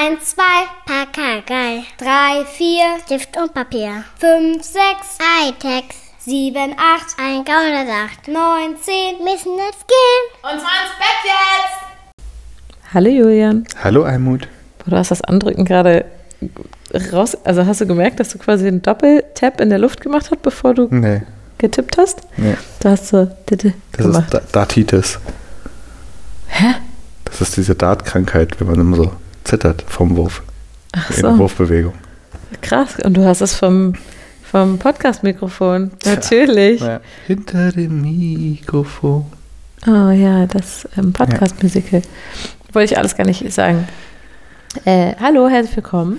1, 2, Pakagei. 3, 4, Stift und Papier. 5, 6, Hightech. 7, 8, ein Gaunersacht. 9, 10, müssen jetzt gehen. Und zwar ins Bett jetzt! Hallo Julian. Hallo Almut. Du hast das Andrücken gerade raus, also hast du gemerkt, dass du quasi einen Doppeltap in der Luft gemacht hast, bevor du getippt hast? Nee. Du hast so gemacht. Das ist Dartitis. Hä? Das ist diese Dartkrankheit, wenn man immer so zittert vom Wurf. Ach in so. der Wurfbewegung. Krass. Und du hast es vom Podcast-Mikrofon. Natürlich. Ja. Hinter dem Mikrofon. Oh ja, das Podcast-Musical. Wollte ich alles gar nicht sagen. Hallo, herzlich willkommen.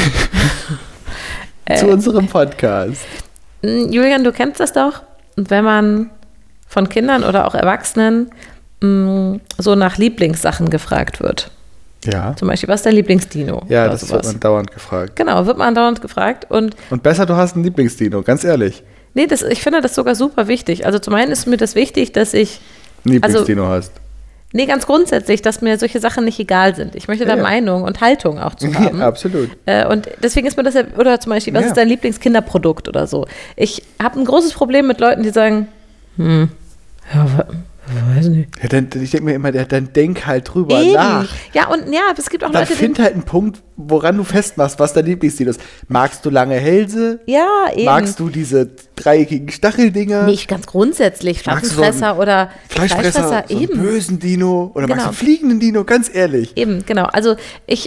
Zu unserem Podcast. Julian, du kennst das doch. Und wenn man von Kindern oder auch Erwachsenen so nach Lieblingssachen gefragt wird. Ja. Zum Beispiel, was ist dein Lieblingsdino? Ja, oder das sowas. wird man dauernd gefragt. Genau, wird man dauernd gefragt. Und besser, du hast einen Lieblingsdino, ganz ehrlich. nee, ich finde das sogar super wichtig. Also zum einen ist mir das wichtig, dass ich Einen Lieblingsdino hast. Nee, ganz grundsätzlich, dass mir solche Sachen nicht egal sind. Ich möchte da Meinung und Haltung auch zu haben. Ja, absolut. Und deswegen ist mir das ja, oder zum Beispiel, was ist dein Lieblingskinderprodukt oder so? Ich habe ein großes Problem mit Leuten, die sagen, weiß nicht. Ja, ich denke mir immer, dann denk halt drüber Eben. nach. Ja, und ja, es gibt auch Dann Leute, die... find halt einen Punkt, woran du festmachst, was dein Lieblingsdino ist. Magst du lange Hälse? Ja, eben. Magst du diese dreieckigen Stacheldinger? Nicht ganz grundsätzlich, Magst du Pflanzenfresser oder Fleischfresser, so einen eben. bösen Dino? Oder magst du Genau. einen fliegenden Dino? Ganz ehrlich. Eben, genau. Also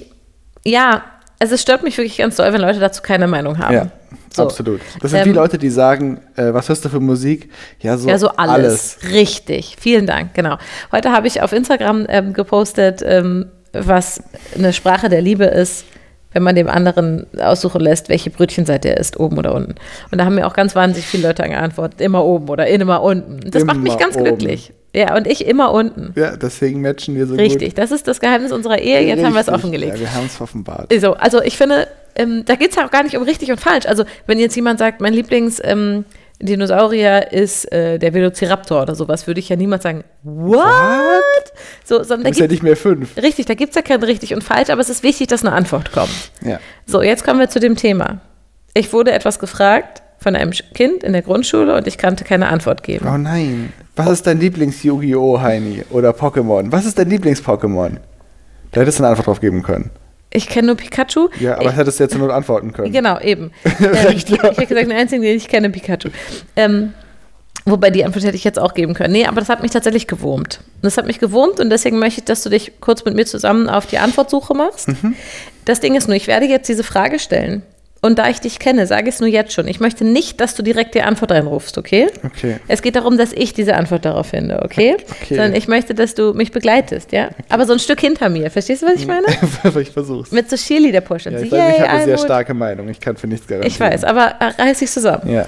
es stört mich wirklich ganz doll, wenn Leute dazu keine Meinung haben. Ja, So. absolut. Das sind die Leute, die sagen, was hörst du für Musik? Ja, so alles. Richtig. Vielen Dank, genau. Heute habe ich auf Instagram gepostet, was eine Sprache der Liebe ist, wenn man dem anderen aussuchen lässt, welche Brötchenseite er isst, oben oder unten. Und da haben mir auch ganz wahnsinnig viele Leute geantwortet, immer oben oder immer unten. Das macht mich ganz oben. glücklich. Ja, und ich immer unten. Ja, deswegen matchen wir so Richtig, das ist das Geheimnis unserer Ehe. Jetzt haben wir es offengelegt. Ja, wir haben es offenbart. So, also ich finde, da geht es ja auch gar nicht um richtig und falsch. Also wenn jetzt jemand sagt, mein Lieblingsdinosaurier ist der Velociraptor oder sowas, würde ich ja niemals sagen, what? So, sondern Du bist ja nicht mehr 5. richtig, da gibt es ja kein richtig und falsch, aber es ist wichtig, dass eine Antwort kommt. Ja. So, jetzt kommen wir zu dem Thema. Ich wurde etwas gefragt von einem Kind in der Grundschule und ich konnte keine Antwort geben. Oh nein. Was ist dein Lieblings-Yu-Gi-Oh, Heini? Oder Pokémon? Was ist dein Lieblings-Pokémon? Da hättest du eine Antwort drauf geben können. Ich kenne nur Pikachu. Ja, aber hättest du jetzt nur antworten können. Genau, eben. Recht, ja. Ich habe gesagt, den einzigen, den ich kenne, Pikachu. Wobei die Antwort hätte ich jetzt auch geben können. Nee, aber das hat mich tatsächlich gewurmt. Das hat mich gewurmt und deswegen möchte ich, dass du dich kurz mit mir zusammen auf die Antwortsuche machst. Das Ding ist nur, ich werde jetzt diese Frage stellen. Und da ich dich kenne, sage ich es nur jetzt schon. Ich möchte nicht, dass du direkt die Antwort reinrufst, okay? Okay. Es geht darum, dass ich diese Antwort darauf finde, okay? Okay. Sondern ich möchte, dass du mich begleitest, ja? Okay. Aber so ein Stück hinter mir. Verstehst du, was ich meine? Ich versuch's. Mit so Cheerleader-Push. Ja, ich habe eine sehr starke Meinung. Ich kann für nichts garantieren. Ich weiß, aber reiß dich zusammen. Ja.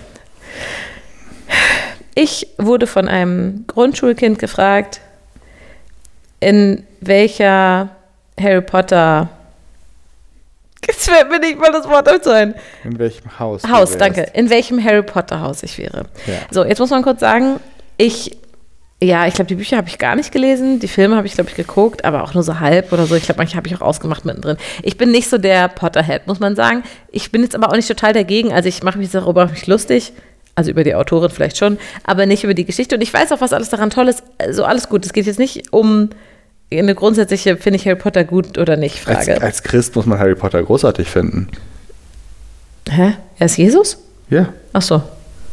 Ich wurde von einem Grundschulkind gefragt, in welcher Harry Potter... Jetzt fällt mir nicht mal das Wort ein. In welchem Haus? Haus, danke. In welchem Harry Potter Haus ich wäre. Ja. So, jetzt muss man kurz sagen, ich glaube, die Bücher habe ich gar nicht gelesen. Die Filme habe ich, glaube ich, geguckt, aber auch nur so halb oder so. Ich glaube, manche habe ich auch ausgemacht mittendrin. Ich bin nicht so der Potterhead, muss man sagen. Ich bin jetzt aber auch nicht total dagegen. Also ich mache mich darüber lustig. Also über die Autorin vielleicht schon, aber nicht über die Geschichte. Und ich weiß auch, was alles daran toll ist. Also alles gut. Es geht jetzt nicht um eine grundsätzliche, finde ich Harry Potter gut oder nicht, Frage. Als Christ muss man Harry Potter großartig finden. Hä? Er ist Jesus? Ja. Ach so.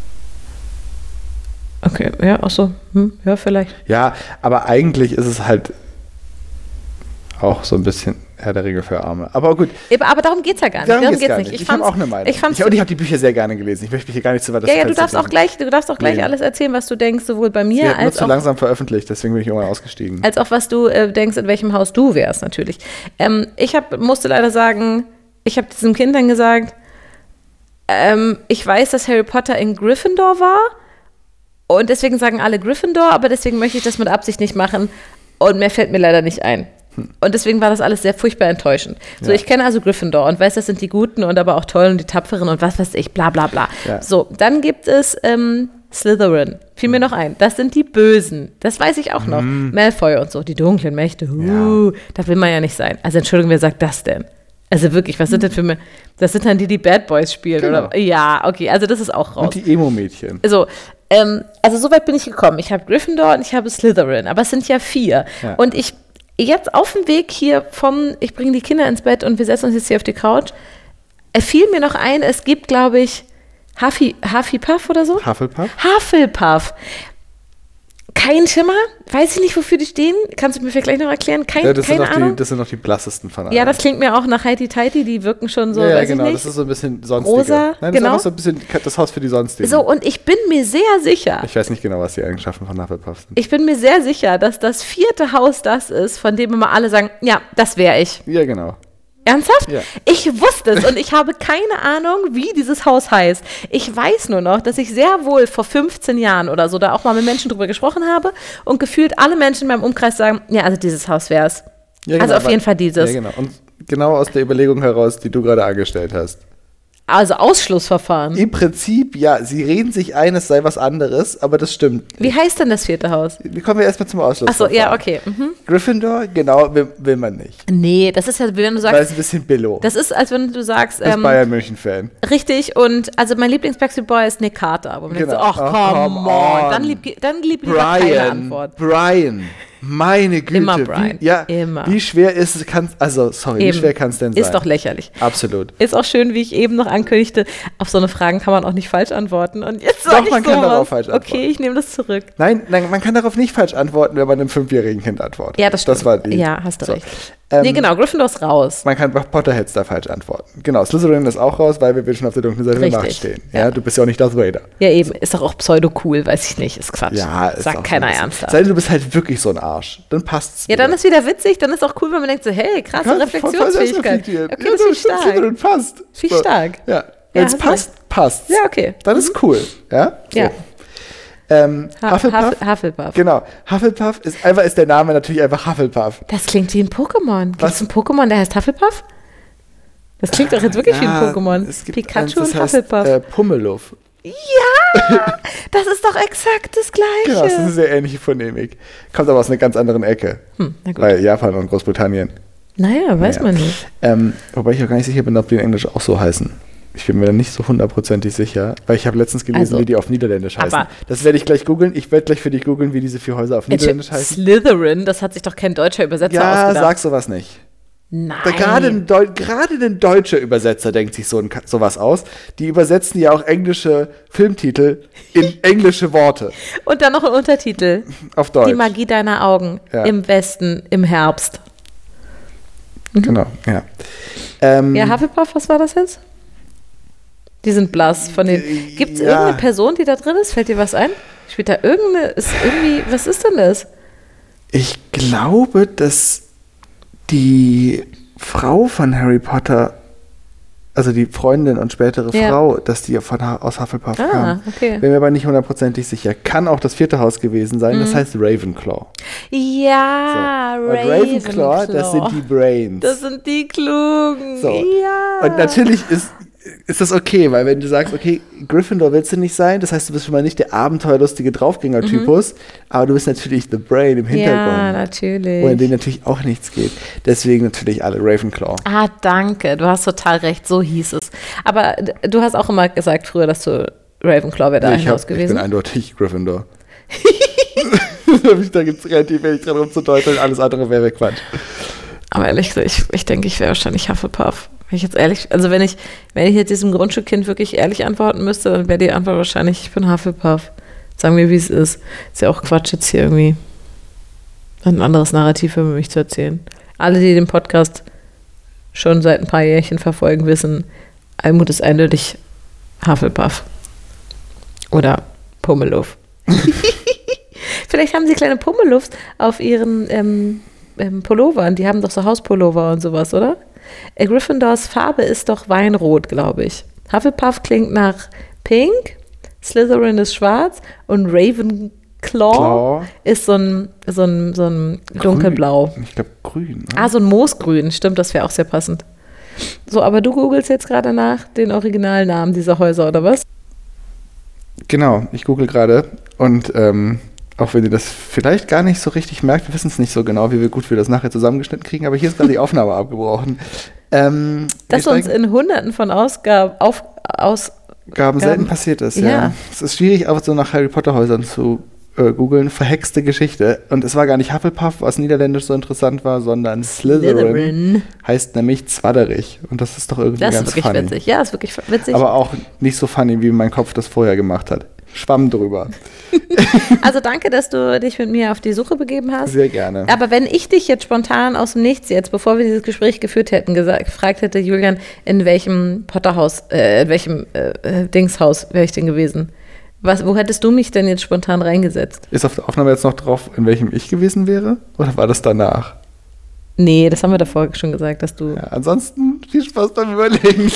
Okay, ja, ach so. Ja, vielleicht. Ja, aber eigentlich ist es halt auch so ein bisschen Herr der Ringe für Arme. Aber gut. Aber darum geht es ja gar nicht. Darum geht's nicht. Ich habe auch eine Meinung. Ich habe die Bücher sehr gerne gelesen. Ich möchte mich hier gar nicht zu weit aus dem du darfst auch gleich Nee. alles erzählen, was du denkst, sowohl bei mir Sie hat nur als zu auch, langsam veröffentlicht, deswegen bin ich irgendwann ausgestiegen. als auch, was du denkst, in welchem Haus du wärst, natürlich. Musste leider sagen, ich habe diesem Kind dann gesagt, ich weiß, dass Harry Potter in Gryffindor war und deswegen sagen alle Gryffindor, aber deswegen möchte ich das mit Absicht nicht machen und mehr fällt mir leider nicht ein. Und deswegen war das alles sehr furchtbar enttäuschend. So, ich kenne also Gryffindor und weiß, das sind die Guten und aber auch tollen und die Tapferen und was weiß ich, bla bla bla. Ja. So, dann gibt es Slytherin. Fiel mir noch ein. Das sind die Bösen. Das weiß ich auch noch. Malfoy und so, die dunklen Mächte. Da will man ja nicht sein. Also Entschuldigung, wer sagt das denn? Also wirklich, was sind denn für das sind dann die Bad Boys spielen, Genau. oder? Ja, okay, also das ist auch raus. Und die Emo-Mädchen. Also so weit bin ich gekommen. Ich habe Gryffindor und ich habe Slytherin, aber es sind ja 4. Ja. Und ich jetzt auf dem Weg hier ich bringe die Kinder ins Bett und wir setzen uns jetzt hier auf die Couch, fiel mir noch ein, es gibt, glaube ich, Hufflepuff oder so? Hufflepuff? Hufflepuff. Kein Schimmer, weiß ich nicht, wofür die stehen. Kannst du mir vielleicht gleich noch erklären? Das Keine Ahnung. sind noch die blassesten von allen. Ja, das klingt mir auch nach Heidi Tighty, die wirken schon so, Ja, weiß genau, ich nicht. das ist so ein bisschen sonstige. Rosa, Nein, das genau. ist einfach so ein bisschen das Haus für die Sonstigen. So, und ich bin mir sehr sicher, Ich weiß nicht genau, was die Eigenschaften von Hufflepuff sind. ich bin mir sehr sicher, dass das 4. Haus das ist, von dem immer alle sagen, ja, das wäre ich. Ja, genau. Ernsthaft? Ja. Ich wusste es und ich habe keine Ahnung, wie dieses Haus heißt. Ich weiß nur noch, dass ich sehr wohl vor 15 Jahren oder so da auch mal mit Menschen drüber gesprochen habe und gefühlt alle Menschen in meinem Umkreis sagen, ja, also dieses Haus wäre es. Ja, genau, Also auf jeden Fall dieses. Ja, genau. Und genau aus der Überlegung heraus, die du gerade angestellt hast. Also Ausschlussverfahren. Im Prinzip, ja, sie reden sich ein, es sei was anderes, aber das stimmt. Wie heißt denn das 4. Haus? Wie kommen wir erstmal zum Ausschluss? Achso, ja, okay. Mhm. Gryffindor, genau, will man nicht. Nee, das ist ja, wenn du Weil sagst, es ein bisschen billo. das ist, als wenn du sagst, Als Bayern-München-Fan. richtig, und also mein Lieblings-Backstreet Boy ist Nick Carter. Wo man denkt so, Genau. ach, come come on. on. Dann lieb lieber keine Antwort. Brian, meine Güte. Immer Brian, immer. Wie schwer ist es, wie Eben. schwer kann es denn sein? Ist doch lächerlich. Absolut. Ist auch schön, wie ich eben noch ankündigte, auf so eine Frage kann man auch nicht falsch antworten. Und jetzt Doch, sag ich man kann sowas. darauf falsch antworten. Okay, ich nehme das zurück. Nein, man kann darauf nicht falsch antworten, wenn man einem 5-jährigen Kind antwortet. Ja, das stimmt. Das war die. Ja, hast du So. recht. Nee, genau, Gryffindor ist raus. Man kann bei Potterheads da falsch antworten. Genau, Slytherin ist auch raus, weil wir schon auf der dunklen Seite der Macht Richtig. stehen. Ja, du bist ja auch nicht Darth Vader. Ja, eben, ist doch auch pseudo-cool, weiß ich nicht, ist Quatsch. Ja, ist Sagt auch keiner so ein bisschen- ernsthaft. Sei denn, du bist halt wirklich so ein Arsch. Dann passt's. Ja, dann ist wieder witzig, dann ist auch cool, wenn man denkt so, hey, krasse Reflexionsfähigkeit. Okay, das ist stark. Slytherin passt. Finde ich stark. Ja, wenn es hast passt, passt. Ja, okay. Dann ist cool. Ja? So. Ja. Hufflepuff. Hufflepuff. Genau. Hufflepuff ist der Name natürlich einfach Hufflepuff. Das klingt wie ein Pokémon. Gibt Was? es ein Pokémon, der heißt Hufflepuff? Das klingt doch jetzt wirklich wie ein Ja, Pokémon. es gibt Pikachu eins, das und heißt, Hufflepuff. Pummeluff. Ja, das ist doch exakt das Genau, das ist eine Gleiche. sehr ähnliche Phonemik. Kommt aber aus einer ganz anderen Ecke. Na gut. Weil Japan und Großbritannien. Naja, weiß Ja. man nicht. Wobei ich auch gar nicht sicher bin, ob die in Englisch auch so heißen. Ich bin mir da nicht so hundertprozentig sicher, weil ich habe letztens gelesen, Also, wie die auf Niederländisch heißen. aber- Das werde ich gleich googeln. Ich werde gleich für dich googeln, wie diese 4 Häuser auf Niederländisch heißen. Slytherin, das hat sich doch kein deutscher Übersetzer Ja, ausgedacht. sag sowas nicht. Nein. Gerade ein deutscher Übersetzer denkt sich sowas aus. Die übersetzen ja auch englische Filmtitel in englische Worte Und dann noch ein Untertitel. auf Deutsch. Die Magie deiner Augen Ja. im Westen, im Herbst. Genau, ja. Ja, Hufflepuff, was war das jetzt? Die sind blass von den. Gibt es ja. irgendeine Person, die da drin ist? Fällt dir was ein? Spielt da was ist denn das? Ich glaube, dass die Frau von Harry Potter, also die Freundin und spätere Ja. Frau, dass die aus Hufflepuff kam. okay. Bin mir aber nicht hundertprozentig sicher. Kann auch das 4. Haus gewesen sein. Mhm. Das heißt Ravenclaw. Ja, So. Und Ravenclaw, das sind die Brains. Das sind die Klugen. So. Ja. Und natürlich ist das okay, weil wenn du sagst, okay, Gryffindor willst du nicht sein, das heißt, du bist schon mal nicht der abenteuerlustige Draufgänger-Typus, aber du bist natürlich the Brain im Hintergrund. Ja, natürlich. Wo in denen natürlich auch nichts geht. Deswegen natürlich alle Ravenclaw. Ah, danke. Du hast total recht. So hieß es. Aber du hast auch immer gesagt früher, dass du Ravenclaw wäre dein Haus Ich gewesen. bin eindeutig Gryffindor. Da gibt es relativ wenig dran rumzudeuteln, alles andere wäre Quatsch. Aber ehrlich gesagt, ich denke, ich wäre wahrscheinlich Hufflepuff. Wenn ich jetzt ehrlich, also wenn ich jetzt diesem Grundschulkind wirklich ehrlich antworten müsste, dann wäre die Antwort wahrscheinlich, ich bin Hufflepuff. Sagen wir, wie es ist. Ist ja auch Quatsch jetzt hier irgendwie ein anderes Narrativ über mich zu erzählen. Alle, die den Podcast schon seit ein paar Jährchen verfolgen, wissen, Almut ist eindeutig Hufflepuff. Oder Pummeluff. Vielleicht haben sie kleine Pummeluffs auf ihren Pullovern. Die haben doch so Hauspullover und sowas, oder? Gryffindors Farbe ist doch Weinrot, glaube ich. Hufflepuff klingt nach Pink, Slytherin ist schwarz und Ravenclaw Claw. ist so ein dunkelblau. Grün. Ich glaube grün. Ne? Ah, so ein Moosgrün. Stimmt, das wäre auch sehr passend. So, aber du googelst jetzt gerade nach den Originalnamen dieser Häuser, oder was? Genau, ich google gerade und auch wenn ihr das vielleicht gar nicht so richtig merkt, wir wissen es nicht so genau, wie gut wir das nachher zusammengeschnitten kriegen, aber hier ist gerade die Aufnahme abgebrochen. Dass uns in Hunderten von Ausgaben selten passiert ist, ja. Es ist schwierig, auch so nach Harry Potter Häusern zu googeln. Verhexte Geschichte. Und es war gar nicht Hufflepuff, was niederländisch so interessant war, sondern Slytherin. Heißt nämlich Zwadderich. Und das ist doch irgendwie ganz funny. Das ist wirklich witzig. Ja, ist wirklich witzig. Aber auch nicht so funny, wie mein Kopf das vorher gemacht hat. Schwamm drüber. Also danke, dass du dich mit mir auf die Suche begeben hast. Sehr gerne. Aber wenn ich dich jetzt spontan aus dem Nichts jetzt, bevor wir dieses Gespräch geführt hätten, gefragt hätte, Julian, in welchem Potterhaus, in welchem Dingshaus wäre ich denn gewesen? Wo hättest du mich denn jetzt spontan reingesetzt? Ist auf der Aufnahme jetzt noch drauf, in welchem ich gewesen wäre? Oder war das danach? Nee, das haben wir davor schon gesagt, dass du... Ja, ansonsten viel Spaß beim Überlegen.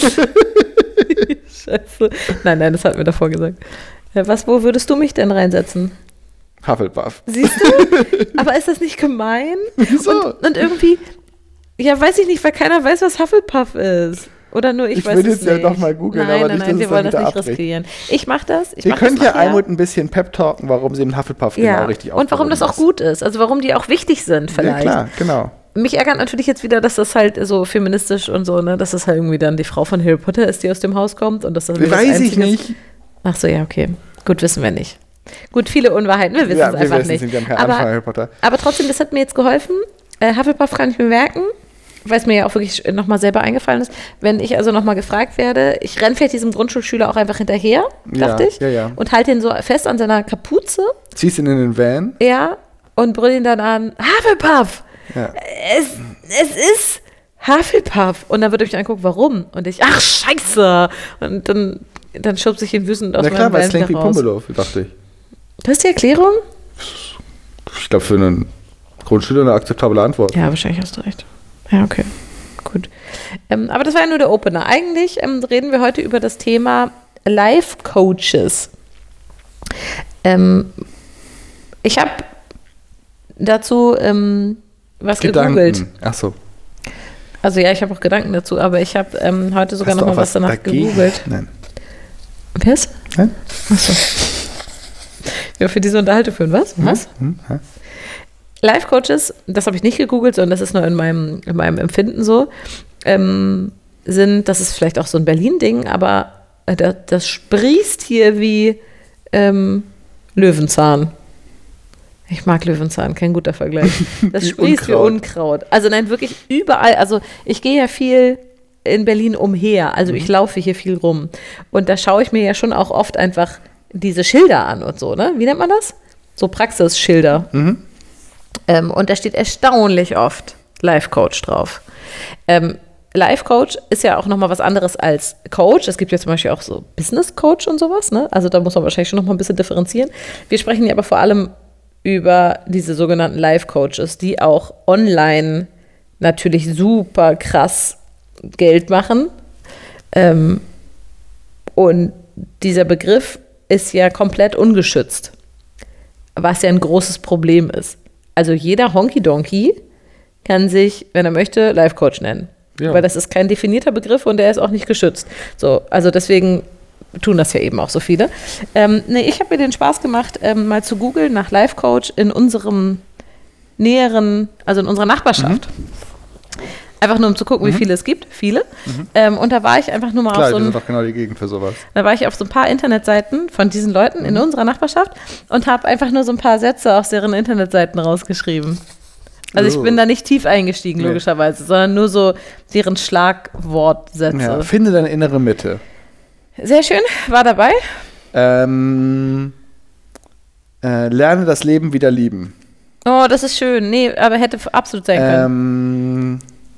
Scheiße. Nein, das hatten wir davor gesagt. Wo würdest du mich denn reinsetzen? Hufflepuff. Siehst du? Aber ist das nicht gemein? Wieso? Und irgendwie, ja, weiß ich nicht, weil keiner weiß, was Hufflepuff ist. Oder nur ich weiß es nicht. Ich will jetzt ja doch mal googeln, aber nicht, dass wir wollen das nicht riskieren. Ich mach das. Ihr könnt ja Almut ein bisschen pep-talken, warum sie im Hufflepuff genau richtig und warum das auch gut ist. Also warum die auch wichtig sind vielleicht. Ja, klar, genau. Mich ärgert natürlich jetzt wieder, dass das halt so feministisch und so, ne, dass das halt irgendwie dann die Frau von Harry Potter ist, die aus dem Haus kommt. Und dass das weiß ich nicht. Ach so, ja, okay. Gut, wissen wir nicht. Gut, viele Unwahrheiten, wir wissen es einfach nicht. Wir haben keinen Ahnung von Harry Potter. Aber trotzdem, das hat mir jetzt geholfen. Hufflepuff kann ich mir merken, weil es mir ja auch wirklich nochmal selber eingefallen ist. Wenn ich also nochmal gefragt werde, ich renne vielleicht diesem Grundschulschüler auch einfach hinterher, dachte ich, und halte ihn so fest an seiner Kapuze. Ziehst ihn in den Van. Ja, und brüll ihn dann an, Hufflepuff! Ja. Es ist Hufflepuff. Und dann wird er mich angucken, warum? Und ich, ach, scheiße! Und dann schubst ich ihn wütend aus meinem Van raus. Ja klar, weil es klingt wie Pummeluff, dachte ich. Das ist die Erklärung? Ich glaube, für einen Grundschüler eine akzeptable Antwort. Ja, wahrscheinlich hast du recht. Ja, okay. Gut. Aber das war ja nur der Opener. Eigentlich reden wir heute über das Thema Life Coaches. Ich habe dazu was gegoogelt. Ach so. Also ja, ich habe auch Gedanken dazu, aber ich habe heute sogar noch mal was danach gegoogelt. Nein. Was? Nein? Ach so. Ja, für diese Unterhaltung führen. Was? Was? Life Coaches, das habe ich nicht gegoogelt, sondern das ist nur in meinem Empfinden so, das ist vielleicht auch so ein Berlin-Ding, aber das sprießt hier wie Löwenzahn. Ich mag Löwenzahn, kein guter Vergleich. Das sprießt wie Unkraut. Also nein, wirklich überall. Also ich gehe ja viel in Berlin umher, also ich laufe hier viel rum. Und da schaue ich mir ja schon auch oft einfach diese Schilder an und so, ne? Wie nennt man das? So Praxisschilder. Und da steht erstaunlich oft Life Coach drauf. Life Coach ist ja auch nochmal was anderes als Coach. Es gibt ja zum Beispiel auch so Business Coach und sowas, ne? Also da muss man wahrscheinlich schon nochmal ein bisschen differenzieren. Wir sprechen ja aber vor allem über diese sogenannten Life Coaches, die auch online natürlich super krass Geld machen. Und dieser Begriff ist ja komplett ungeschützt, was ja ein großes Problem ist. Also jeder Honky-Donkey kann sich, wenn er möchte, Life Coach nennen. Ja. Weil das ist kein definierter Begriff und der ist auch nicht geschützt. So, also deswegen tun das ja eben auch so viele. Ich habe mir den Spaß gemacht, mal zu googeln nach Life Coach in unserem näheren, also in unserer Nachbarschaft. Einfach nur, um zu gucken, wie viele es gibt. Viele. Und da war ich einfach nur mal auf so ein... wir sind doch genau die Gegend für sowas. Da war ich auf so ein paar Internetseiten von diesen Leuten in unserer Nachbarschaft und habe einfach nur so ein paar Sätze aus deren Internetseiten rausgeschrieben. Also ich bin da nicht tief eingestiegen, logischerweise, sondern nur so deren Schlagwortsätze. Ja, finde deine innere Mitte. Sehr schön, war dabei. Lerne das Leben wieder lieben. Oh, das ist schön. Nee, aber hätte absolut sein können.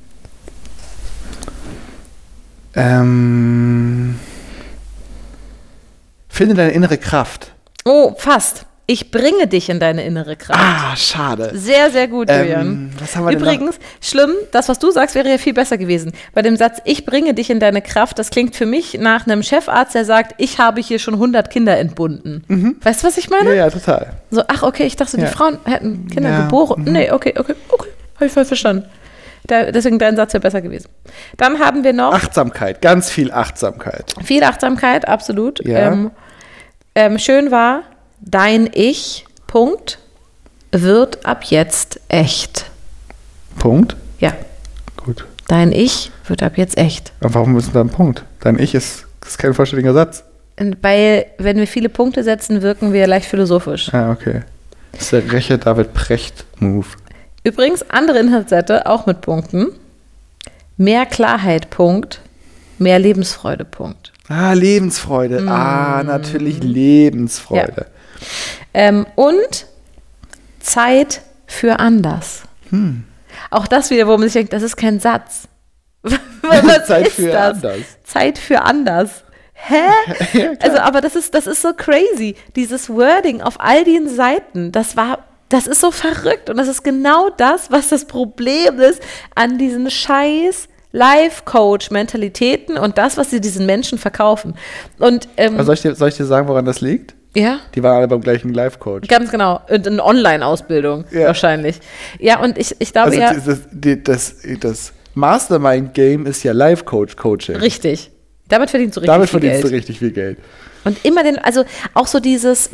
Finde deine innere Kraft. Oh, fast. Ich bringe dich in deine innere Kraft. Ah, schade. Sehr, sehr gut, Julian. Was haben wir Übrigens, schlimm, das, was du sagst, wäre ja viel besser gewesen. Bei dem Satz, ich bringe dich in deine Kraft, das klingt für mich nach einem Chefarzt, der sagt, ich habe hier schon 100 Kinder entbunden. Weißt du, was ich meine? Ja, total. So, ach, okay, ich dachte, die Frauen hätten Kinder geboren. Nee, okay, habe ich voll verstanden. Deswegen dein Satz wäre besser gewesen. Dann haben wir noch... Achtsamkeit, ganz viel Achtsamkeit. Viel Achtsamkeit, absolut. Ja. Schön war, dein Ich, Punkt, wird ab jetzt echt. Punkt? Ja. Gut. Dein Ich wird ab jetzt echt. Und warum ist da ein Punkt? Dein Ich ist kein vollständiger Satz. Weil, wenn wir viele Punkte setzen, wirken wir leicht philosophisch. Ah, okay. Das ist der Reche David Precht-Move. Übrigens, andere Inhaltsseite, auch mit Punkten. Mehr Klarheit, Punkt. Mehr Lebensfreude, Punkt. Ah, Lebensfreude. Natürlich Lebensfreude. Ja. Und Zeit für anders. Auch das wieder, wo man sich denkt, das ist kein Satz. Was Zeit ist für das? anders. Zeit für anders. Hä? Ja, also, aber das ist so crazy. Dieses Wording auf all den Seiten, das ist so verrückt. Und das ist genau das, was das Problem ist an diesen scheiß Life-Coach-Mentalitäten und das, was sie diesen Menschen verkaufen. Und, soll ich dir sagen, woran das liegt? Ja. Die waren alle beim gleichen Life-Coach. Ganz genau. Und eine Online-Ausbildung wahrscheinlich. Ja, und ich glaube also das Mastermind-Game ist ja Life-Coaching. Richtig. Damit verdienst du richtig viel Geld. Und immer also auch so dieses,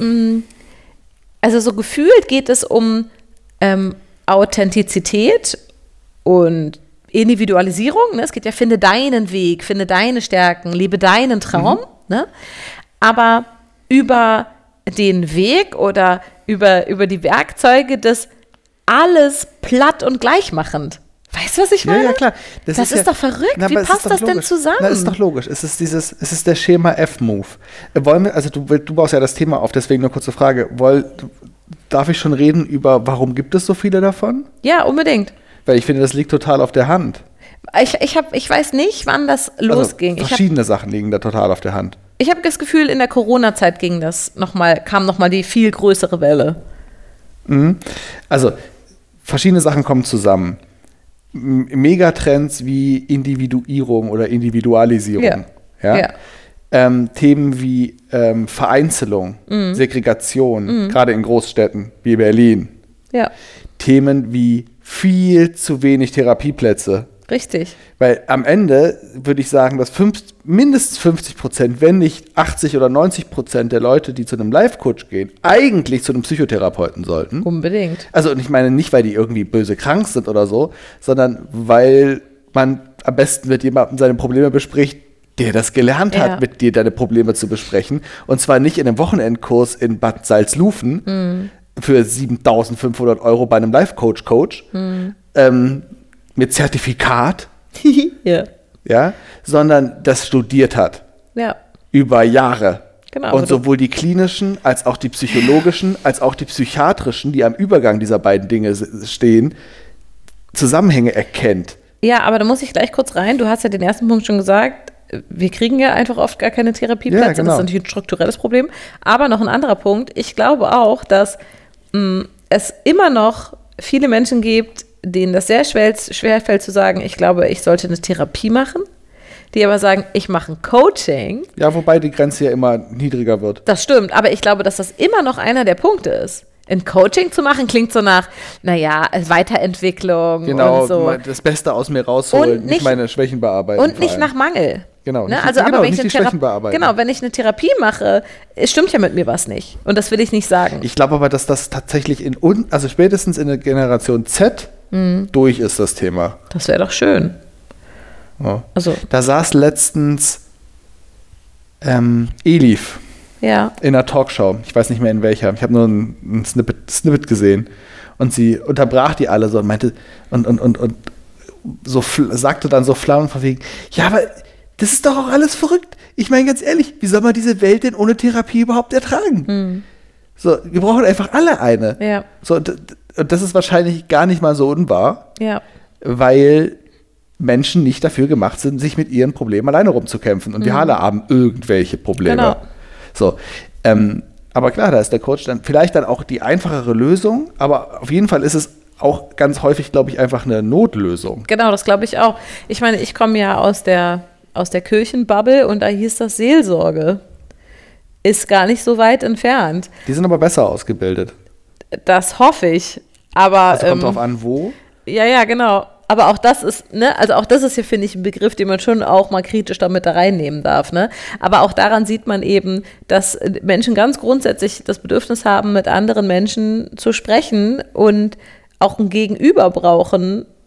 also so gefühlt geht es um Authentizität und Individualisierung. Ne? Es geht ja, finde deinen Weg, finde deine Stärken, lebe deinen Traum. Ne? Aber über den Weg oder über die Werkzeuge des alles platt und gleichmachend. Weißt du, was ich meine? Ja, klar. Das ist doch verrückt. Wie passt das denn zusammen? Das ist doch logisch. Es ist der Schema F-Move. Also du baust ja das Thema auf, deswegen eine kurze Frage. Darf ich schon reden über, warum gibt es so viele davon? Ja, unbedingt. Weil ich finde, das liegt total auf der Hand. Ich weiß nicht, wann das losging. Verschiedene Sachen liegen da total auf der Hand. Ich habe das Gefühl, in der Corona-Zeit kam nochmal die viel größere Welle. Also, verschiedene Sachen kommen zusammen. Megatrends wie Individuierung oder Individualisierung. Ja. Themen wie Vereinzelung, Segregation, gerade in Großstädten wie Berlin. Ja. Themen wie viel zu wenig Therapieplätze. Richtig. Weil am Ende würde ich sagen, dass mindestens 50%, wenn nicht 80 oder 90% der Leute, die zu einem Life-Coach gehen, eigentlich zu einem Psychotherapeuten sollten. Unbedingt. Also, und ich meine nicht, weil die irgendwie böse krank sind oder so, sondern weil man am besten mit jemandem seine Probleme bespricht, der das gelernt hat, mit dir deine Probleme zu besprechen. Und zwar nicht in einem Wochenendkurs in Bad Salzlufen für 7.500 € bei einem Life-Coach, mit Zertifikat, sondern das studiert hat. Ja. Über Jahre. Genau. Und sowohl die klinischen, als auch die psychologischen, als auch die psychiatrischen, die am Übergang dieser beiden Dinge stehen, Zusammenhänge erkennt. Ja, aber da muss ich gleich kurz rein. Du hast ja den ersten Punkt schon gesagt. Wir kriegen ja einfach oft gar keine Therapieplätze. Ja, genau. Das ist natürlich ein strukturelles Problem. Aber noch ein anderer Punkt. Ich glaube auch, dass es immer noch viele Menschen gibt, denen das sehr schwer fällt zu sagen, ich glaube, ich sollte eine Therapie machen, die aber sagen, ich mache ein Coaching. Ja, wobei die Grenze ja immer niedriger wird. Das stimmt, aber ich glaube, dass das immer noch einer der Punkte ist. Ein Coaching zu machen klingt so nach, Weiterentwicklung und so. Das Beste aus mir rausholen, nicht meine Schwächen bearbeiten. Und nicht nach Mangel. Genau, ne? Wenn ich eine Therapie mache, es stimmt ja mit mir was nicht. Und das will ich nicht sagen. Ich glaube aber, dass das tatsächlich spätestens in der Generation Z durch ist, das Thema. Das wäre doch schön. Ja. Also. Da saß letztens Elif in einer Talkshow. Ich weiß nicht mehr in welcher. Ich habe nur ein Snippet gesehen. Und sie unterbrach die alle so und meinte und so sagte dann so flammend von wegen, ja, aber das ist doch auch alles verrückt. Ich meine ganz ehrlich, wie soll man diese Welt denn ohne Therapie überhaupt ertragen? So, wir brauchen einfach alle eine. Ja. So, und das ist wahrscheinlich gar nicht mal so unwahr, weil Menschen nicht dafür gemacht sind, sich mit ihren Problemen alleine rumzukämpfen. Und wir alle haben irgendwelche Probleme. Genau. So, aber klar, da ist der Coach dann vielleicht dann auch die einfachere Lösung, aber auf jeden Fall ist es auch ganz häufig, glaube ich, einfach eine Notlösung. Genau, das glaube ich auch. Ich meine, ich komme ja aus der Kirchenbubble und da hieß das Seelsorge. Ist gar nicht so weit entfernt. Die sind aber besser ausgebildet. Das hoffe ich. Aber das kommt drauf an, wo? Ja, genau. Aber auch das ist, ne, also auch das ist hier, finde ich, ein Begriff, den man schon auch mal kritisch damit da reinnehmen darf, ne? Aber auch daran sieht man eben, dass Menschen ganz grundsätzlich das Bedürfnis haben, mit anderen Menschen zu sprechen und auch ein Gegenüber brauchen,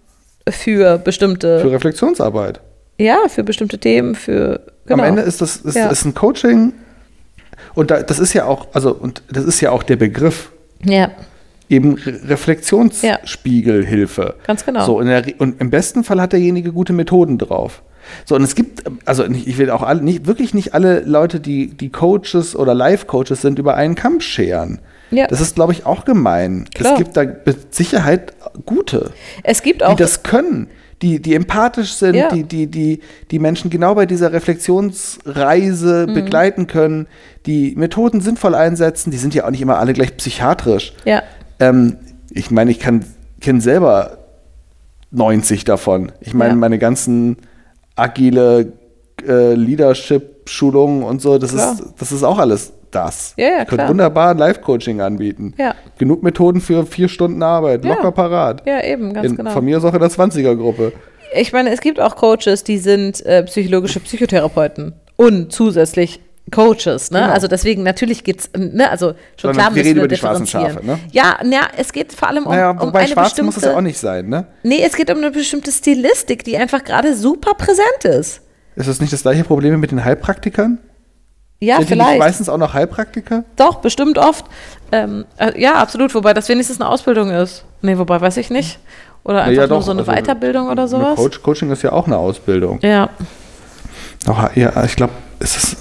für bestimmte... Für Reflexionsarbeit. Ja, für bestimmte Themen, genau. Am Ende ist ein Coaching und das ist ja auch, das ist ja auch der Begriff. Ja. Eben Reflexionsspiegelhilfe. Ja. Ganz genau. So, und im besten Fall hat derjenige gute Methoden drauf. So, und es gibt, ich will auch wirklich nicht alle Leute, die Coaches oder Life-Coaches sind, über einen Kamm scheren. Ja. Das ist, glaube ich, auch gemein. Klar. Es gibt da mit Sicherheit gute, die das können, die empathisch sind, die Menschen genau bei dieser Reflexionsreise begleiten können, die Methoden sinnvoll einsetzen. Die sind ja auch nicht immer alle gleich psychiatrisch. Ja. Ich meine, ich kenne selber 90 davon. Ich meine, meine ganzen agile Leadership-Schulungen und so, das ist auch alles das. Ja, ich könnte wunderbar ein Live-Coaching anbieten. Ja. Genug Methoden für 4 Stunden Arbeit, locker parat. Ja, eben, ganz genau. Von mir aus auch in der 20er-Gruppe. Ich meine, es gibt auch Coaches, die sind psychologische Psychotherapeuten und zusätzlich Coaches, ne? Genau. Also deswegen, natürlich geht's, ne? Also schon klar, wir reden über die schwarzen Schafe, ne? Ja, es geht vor allem um eine schwarz bestimmte... muss es ja auch nicht sein, ne? Nee, es geht um eine bestimmte Stilistik, die einfach gerade super präsent ist. Ist das nicht das gleiche Problem mit den Heilpraktikern? Ja, sind vielleicht. Sind die meistens auch noch Heilpraktiker? Doch, bestimmt oft. Ja, absolut, wobei das wenigstens eine Ausbildung ist. Nee, wobei, weiß ich nicht. Oder einfach nur so eine Weiterbildung oder sowas. Coaching ist ja auch eine Ausbildung. Ja. Ja, ich glaube, es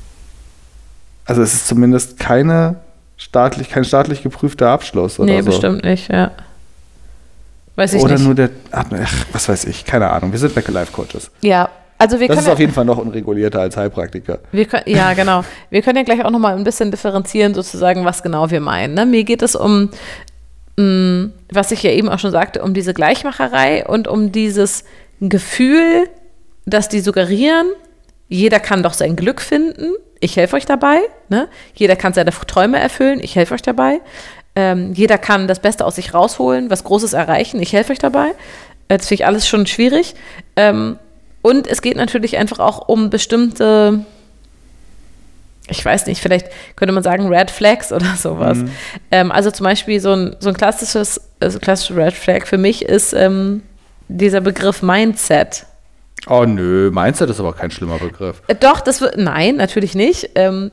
ist zumindest kein staatlich geprüfter Abschluss oder so. Nee, bestimmt nicht, ja. Weiß ich nicht. Oder nur was weiß ich, keine Ahnung. Wir sind Life-Coaches. Ja, also wir können... Das ist auf jeden Fall noch unregulierter als Heilpraktiker. Ja, genau. Wir können ja gleich auch nochmal ein bisschen differenzieren, sozusagen, was genau wir meinen. Ne? Mir geht es um, was ich ja eben auch schon sagte, um diese Gleichmacherei und um dieses Gefühl, dass die suggerieren, jeder kann doch sein Glück finden, ich helfe euch dabei. Ne? Jeder kann seine Träume erfüllen, ich helfe euch dabei. Jeder kann das Beste aus sich rausholen, was Großes erreichen, ich helfe euch dabei. Das finde ich alles schon schwierig. Und es geht natürlich einfach auch um bestimmte, ich weiß nicht, vielleicht könnte man sagen Red Flags oder sowas. Also zum Beispiel so ein klassisches Red Flag für mich ist dieser Begriff Mindset. Oh nö, Mindset ist aber kein schlimmer Begriff. Doch, nein, natürlich nicht.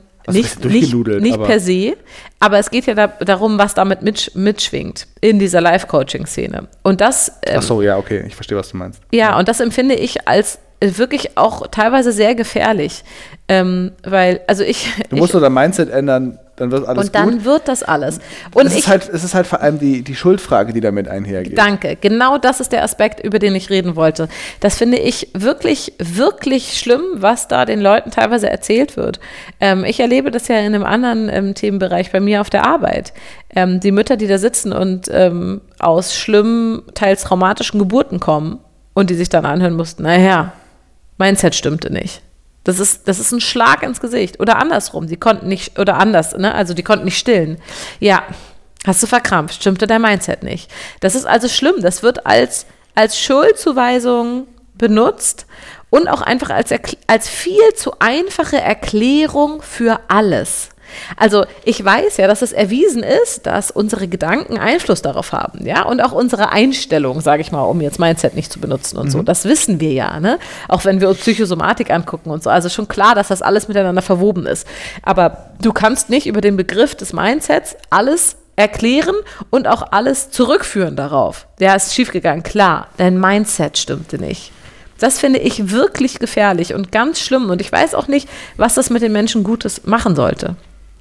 Nicht per se, aber es geht ja darum, was damit mitschwingt in dieser Life-Coaching-Szene. Und das... Ach so, ja, okay, ich verstehe, was du meinst. Ja, und das empfinde ich als wirklich auch teilweise sehr gefährlich, weil, also Du musst dein Mindset ändern, dann wird alles gut. Und dann wird das alles. Und es ist halt vor allem die Schuldfrage, die damit einhergeht. Danke, genau das ist der Aspekt, über den ich reden wollte. Das finde ich wirklich, wirklich schlimm, was da den Leuten teilweise erzählt wird. Ich erlebe das ja in einem anderen Themenbereich bei mir auf der Arbeit. Die Mütter, die da sitzen und aus schlimmen, teils traumatischen Geburten kommen und die sich dann anhören mussten, naja, Mindset stimmte nicht. Das ist ein Schlag ins Gesicht. Oder andersrum, die konnten nicht, oder anders, ne? Also die konnten nicht stillen. Ja, hast du verkrampft, stimmte dein Mindset nicht. Das ist also schlimm, das wird als Schuldzuweisung benutzt und auch einfach als viel zu einfache Erklärung für alles. Also ich weiß ja, dass es erwiesen ist, dass unsere Gedanken Einfluss darauf haben, ja, und auch unsere Einstellung, sage ich mal, um jetzt Mindset nicht zu benutzen und so, das wissen wir ja, ne, auch wenn wir uns Psychosomatik angucken und so, also schon klar, dass das alles miteinander verwoben ist, aber du kannst nicht über den Begriff des Mindsets alles erklären und auch alles zurückführen darauf. Ja, ist schiefgegangen, klar, dein Mindset stimmte nicht. Das finde ich wirklich gefährlich und ganz schlimm und ich weiß auch nicht, was das mit den Menschen Gutes machen sollte.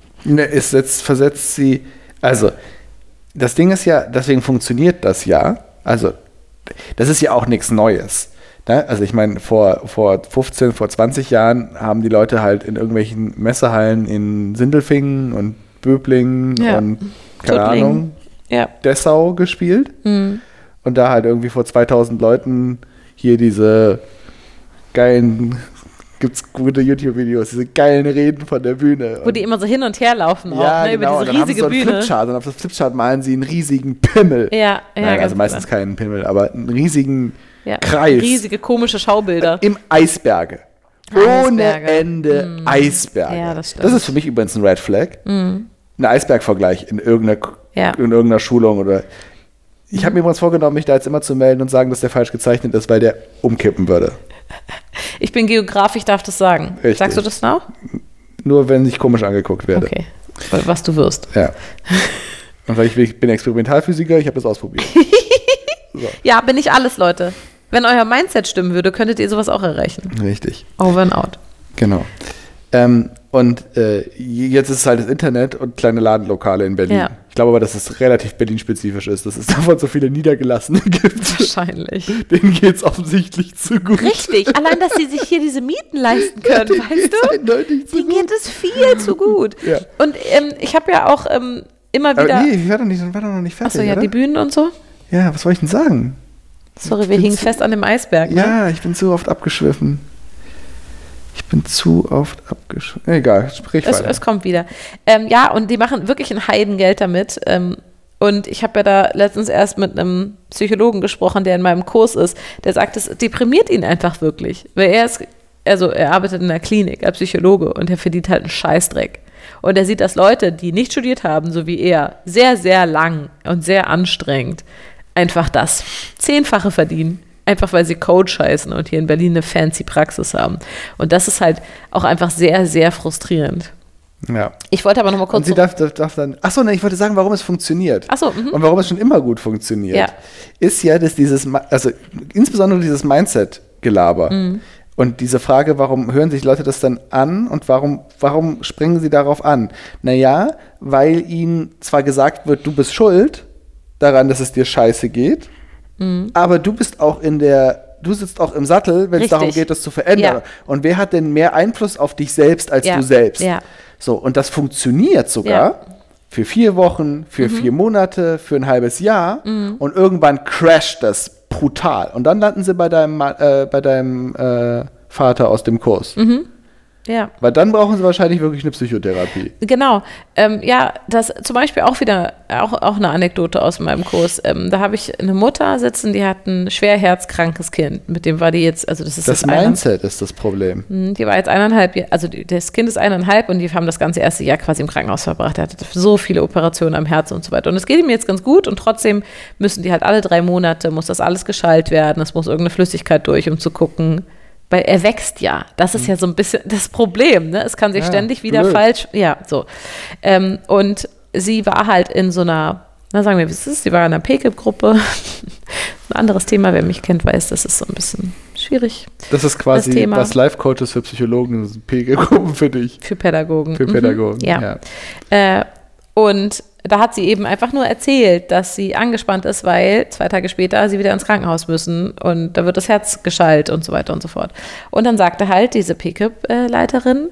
Es versetzt sie, also das Ding ist ja, deswegen funktioniert das ja, also das ist ja auch nichts Neues. Ne? Also ich meine, vor 15, vor 20 Jahren haben die Leute halt in irgendwelchen Messehallen in Sindelfingen und Böblingen und keine Ahnung, Dessau gespielt und da halt irgendwie vor 2000 Leuten hier diese geilen... Gibt's gute YouTube-Videos, diese geilen Reden von der Bühne. Wo die immer so hin und her laufen auch, ne, genau. über diese riesige Bühne. Flipchart, und auf das Flipchart malen sie einen riesigen Pimmel. Ja, also meistens keinen Pimmel, aber einen riesigen Kreis. Riesige, komische Schaubilder. Im Eisberge. Ohne Ende Eisberge. Ja, das stimmt. Das ist für mich übrigens ein Red Flag. Ein Eisbergvergleich in irgendeiner Schulung oder Ich habe mir übrigens vorgenommen, mich da jetzt immer zu melden und sagen, dass der falsch gezeichnet ist, weil der umkippen würde. Ich bin Geograf, ich darf das sagen. Richtig. Sagst du das now? Nur wenn ich komisch angeguckt werde. Okay, was du wirst. Ja. Und weil ich bin Experimentalphysiker, ich habe das ausprobiert. So. Ja, bin nicht alles, Leute. Wenn euer Mindset stimmen würde, könntet ihr sowas auch erreichen. Richtig. Over and out. Genau. Und jetzt ist es halt das Internet und kleine Ladenlokale in Berlin. Ja. Ich glaube aber, dass es relativ Berlin-spezifisch ist, dass es davon so viele Niedergelassene gibt. Wahrscheinlich. Denen geht es offensichtlich zu gut. Richtig. Allein, dass sie sich hier diese Mieten leisten können, weißt du? Eindeutig zu Denen gut. geht es viel zu gut. Ja. Und ich habe ja auch immer wieder... Aber nee, ich war doch noch nicht fertig, Achso, ja, oder? die Bühnen und so. Ja, was wollte ich denn sagen? Sorry, wir hingen fest an dem Eisberg. Ne? Ja, ich bin zu oft abgeschwiffen. Egal, sprich weiter. Es kommt wieder. Ja, und die machen wirklich ein Heidengeld damit. Und ich habe ja da letztens erst mit einem Psychologen gesprochen, der in meinem Kurs ist. Der sagt, es deprimiert ihn einfach wirklich. Weil er arbeitet in einer Klinik als Psychologe und er verdient halt einen Scheißdreck. Und er sieht, dass Leute, die nicht studiert haben, so wie er, sehr, sehr lang und sehr anstrengend, einfach das 10-fache verdienen. Einfach weil sie Coach heißen und hier in Berlin eine fancy Praxis haben. Und das ist halt auch einfach sehr, sehr frustrierend. Ja. Ich wollte aber noch mal kurz... Und sie darf dann... Achso, ne, ich wollte sagen, warum es funktioniert. Achso, und warum es schon immer gut funktioniert. Ja. Ist ja, dass insbesondere dieses Mindset-Gelaber und diese Frage, warum hören sich Leute das dann an und warum springen sie darauf an? Naja, weil ihnen zwar gesagt wird, du bist schuld daran, dass es dir scheiße geht, aber du sitzt auch im Sattel, wenn es darum geht, das zu verändern. Ja. Und wer hat denn mehr Einfluss auf dich selbst als du selbst? Ja. So, und das funktioniert sogar für 4 Wochen, für 4 Monate, für ein halbes Jahr und irgendwann crasht das brutal. Und dann landen sie bei deinem Vater aus dem Kurs. Ja. Weil dann brauchen sie wahrscheinlich wirklich eine Psychotherapie. Genau. Ja, das zum Beispiel auch wieder, auch eine Anekdote aus meinem Kurs. Da habe ich eine Mutter sitzen, die hat ein schwer herzkrankes Kind. Mit dem war die jetzt, also das ist das Mindset ist das Problem. Die war jetzt 1,5, also das Kind ist 1,5 und die haben das ganze erste Jahr quasi im Krankenhaus verbracht. Er hatte so viele Operationen am Herzen und so weiter. Und es geht ihm jetzt ganz gut und trotzdem müssen die halt alle 3 Monate, muss das alles geschallt werden, es muss irgendeine Flüssigkeit durch, um zu gucken. Weil er wächst ja. Das ist ja so ein bisschen das Problem. Ne? Es kann sich ständig wieder falsch. Ja, so. Und sie war halt in so einer, sagen wir, wie ist es? Sie war in einer PKIP-Gruppe. Ein anderes Thema, wer mich kennt, weiß, das ist so ein bisschen schwierig. Das ist quasi, was Life-Coaches für Psychologen sind, PKIP-Gruppen für dich. Für Pädagogen. Für Pädagogen, ja. Und da hat sie eben einfach nur erzählt, dass sie angespannt ist, weil 2 Tage später sie wieder ins Krankenhaus müssen und da wird das Herz geschallt und so weiter und so fort. Und dann sagte halt diese PKIP-Leiterin,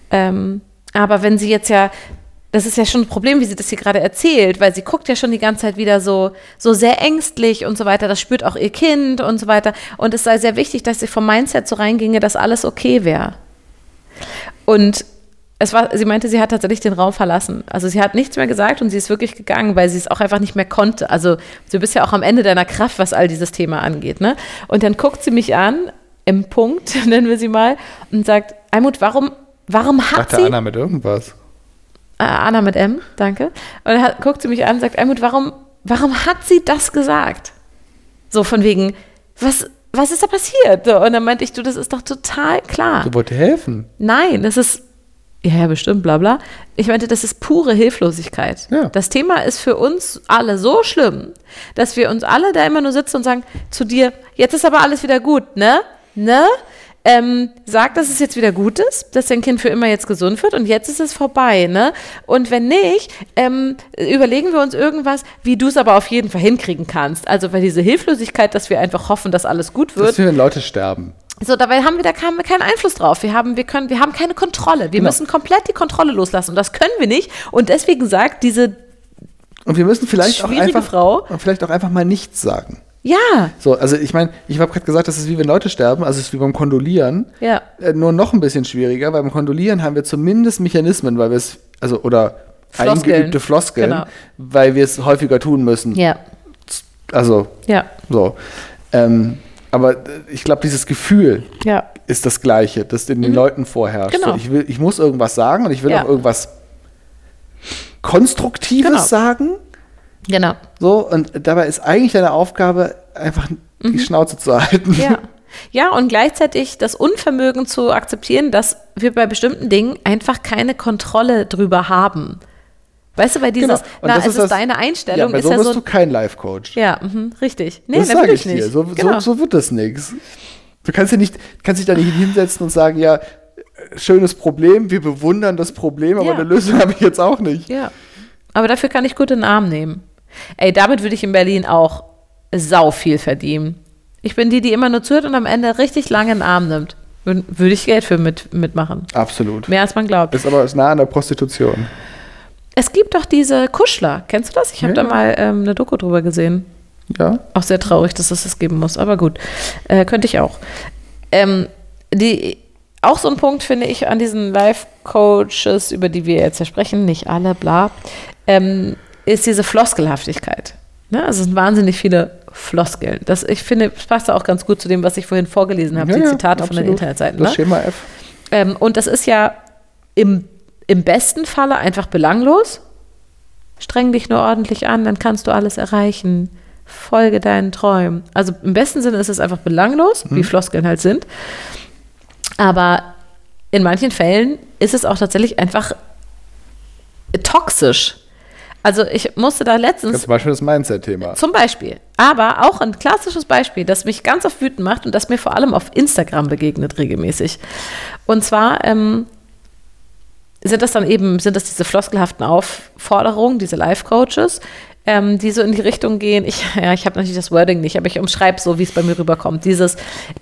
aber wenn sie jetzt das ist ja schon ein Problem, wie sie das hier gerade erzählt, weil sie guckt ja schon die ganze Zeit wieder so sehr ängstlich und so weiter, das spürt auch ihr Kind und so weiter und es sei sehr wichtig, dass sie vom Mindset so reinginge, dass alles okay wäre. Und sie meinte, sie hat tatsächlich den Raum verlassen. Also sie hat nichts mehr gesagt und sie ist wirklich gegangen, weil sie es auch einfach nicht mehr konnte. Also du bist ja auch am Ende deiner Kraft, was all dieses Thema angeht. Ne? Und dann guckt sie mich an, im Punkt, nennen wir sie mal, und sagt, Almut, warum hat sie... Anna mit irgendwas. Anna mit M, danke. Und dann guckt sie mich an und sagt, Almut, warum hat sie das gesagt? So von wegen, was ist da passiert? So, und dann meinte ich, das ist doch total klar. Du wolltest helfen. Nein, das ist... Ja, bestimmt, bla bla. Ich meinte, das ist pure Hilflosigkeit. Ja. Das Thema ist für uns alle so schlimm, dass wir uns alle da immer nur sitzen und sagen zu dir, jetzt ist aber alles wieder gut, ne? Sag, dass es jetzt wieder gut ist, dass dein Kind für immer jetzt gesund wird und jetzt ist es vorbei, ne? Und wenn nicht, überlegen wir uns irgendwas, wie du es aber auf jeden Fall hinkriegen kannst. Also, weil diese Hilflosigkeit, dass wir einfach hoffen, dass alles gut wird. Dass wir Leute sterben. So, dabei haben wir keinen Einfluss drauf. Wir haben keine Kontrolle. Wir müssen komplett die Kontrolle loslassen. Und das können wir nicht. Und deswegen sagt diese und wir müssen vielleicht auch einfach mal nichts sagen. Ja. So, also ich meine, ich habe gerade gesagt, das ist wie wenn Leute sterben, also es ist wie beim Kondolieren. Ja. Nur noch ein bisschen schwieriger, weil beim Kondolieren haben wir zumindest Mechanismen, weil wir es, oder eingeübte Floskeln, genau. Weil wir es häufiger tun müssen. Ja. Also, so. Aber ich glaube, dieses Gefühl ist das Gleiche, das in den Leuten vorherrscht. Genau. So, ich muss irgendwas sagen und ich will auch irgendwas Konstruktives sagen, Genau. So, und dabei ist eigentlich deine Aufgabe, einfach die Schnauze zu halten. Ja. Ja, und gleichzeitig das Unvermögen zu akzeptieren, dass wir bei bestimmten Dingen einfach keine Kontrolle drüber haben. Weißt du, weil dieses, es ist deine Einstellung. Ja, so bist du kein Life-Coach. Ja, richtig. Nee, das sage ich dir. So wird das nichts. Du kannst dich da nicht hinsetzen und sagen, ja, schönes Problem, wir bewundern das Problem, aber eine Lösung habe ich jetzt auch nicht. Ja, aber dafür kann ich gut in den Arm nehmen. Ey, damit würde ich in Berlin auch sau viel verdienen. Ich bin die immer nur zuhört und am Ende richtig lange in den Arm nimmt. Würde ich Geld für mitmachen. Absolut. Mehr als man glaubt. Ist aber nah an der Prostitution. Es gibt doch diese Kuschler. Kennst du das? Ich habe da mal eine Doku drüber gesehen. Ja. Auch sehr traurig, dass es das geben muss. Aber gut, könnte ich auch. Auch so ein Punkt, finde ich, an diesen Life-Coaches, über die wir jetzt ja sprechen, nicht alle, bla, ist diese Floskelhaftigkeit. Ne? Also es sind wahnsinnig viele Floskeln. Ich finde, es passt auch ganz gut zu dem, was ich vorhin vorgelesen habe, die Zitate von den Internetseiten. Das Schema F. Und das ist ja im besten Falle einfach belanglos. Streng dich nur ordentlich an, dann kannst du alles erreichen. Folge deinen Träumen. Also im besten Sinne ist es einfach belanglos, wie Floskeln halt sind. Aber in manchen Fällen ist es auch tatsächlich einfach toxisch. Also ich musste da letztens... Zum Beispiel das Mindset-Thema. Zum Beispiel. Aber auch ein klassisches Beispiel, das mich ganz oft wütend macht und das mir vor allem auf Instagram begegnet regelmäßig. Und zwar sind das diese floskelhaften Aufforderungen, diese Life-Coaches, die so in die Richtung gehen. Ich habe natürlich das Wording nicht, aber ich umschreibe so, wie es bei mir rüberkommt. Dieses...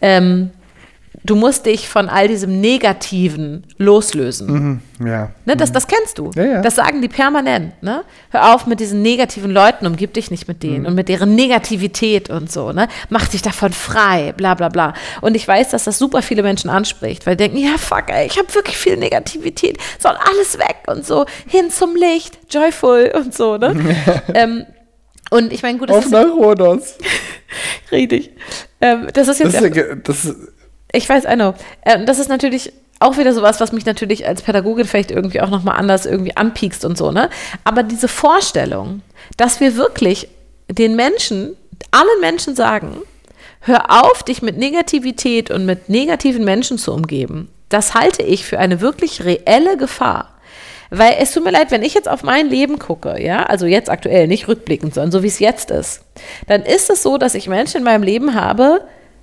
du musst dich von all diesem Negativen loslösen. Ja. Ne, das kennst du. Ja. Das sagen die permanent. Ne? Hör auf mit diesen negativen Leuten, umgib dich nicht mit denen und mit deren Negativität und so. Ne? Mach dich davon frei, bla bla bla. Und ich weiß, dass das super viele Menschen anspricht, weil die denken, ja fuck, ey, ich habe wirklich viel Negativität, soll alles weg und so, hin zum Licht, joyful und so. Ne? Und ich meine, gut, das auf nach Rhodos. Richtig. Das ist jetzt... Ich weiß, I know. Das ist natürlich auch wieder sowas, was mich natürlich als Pädagogin vielleicht irgendwie auch nochmal anders irgendwie anpiekst und so, ne? Aber diese Vorstellung, dass wir wirklich allen Menschen sagen, hör auf, dich mit Negativität und mit negativen Menschen zu umgeben, das halte ich für eine wirklich reelle Gefahr. Weil es tut mir leid, wenn ich jetzt auf mein Leben gucke, ja, also jetzt aktuell, nicht rückblickend, sondern so wie es jetzt ist, dann ist es so, dass ich Menschen in meinem Leben habe,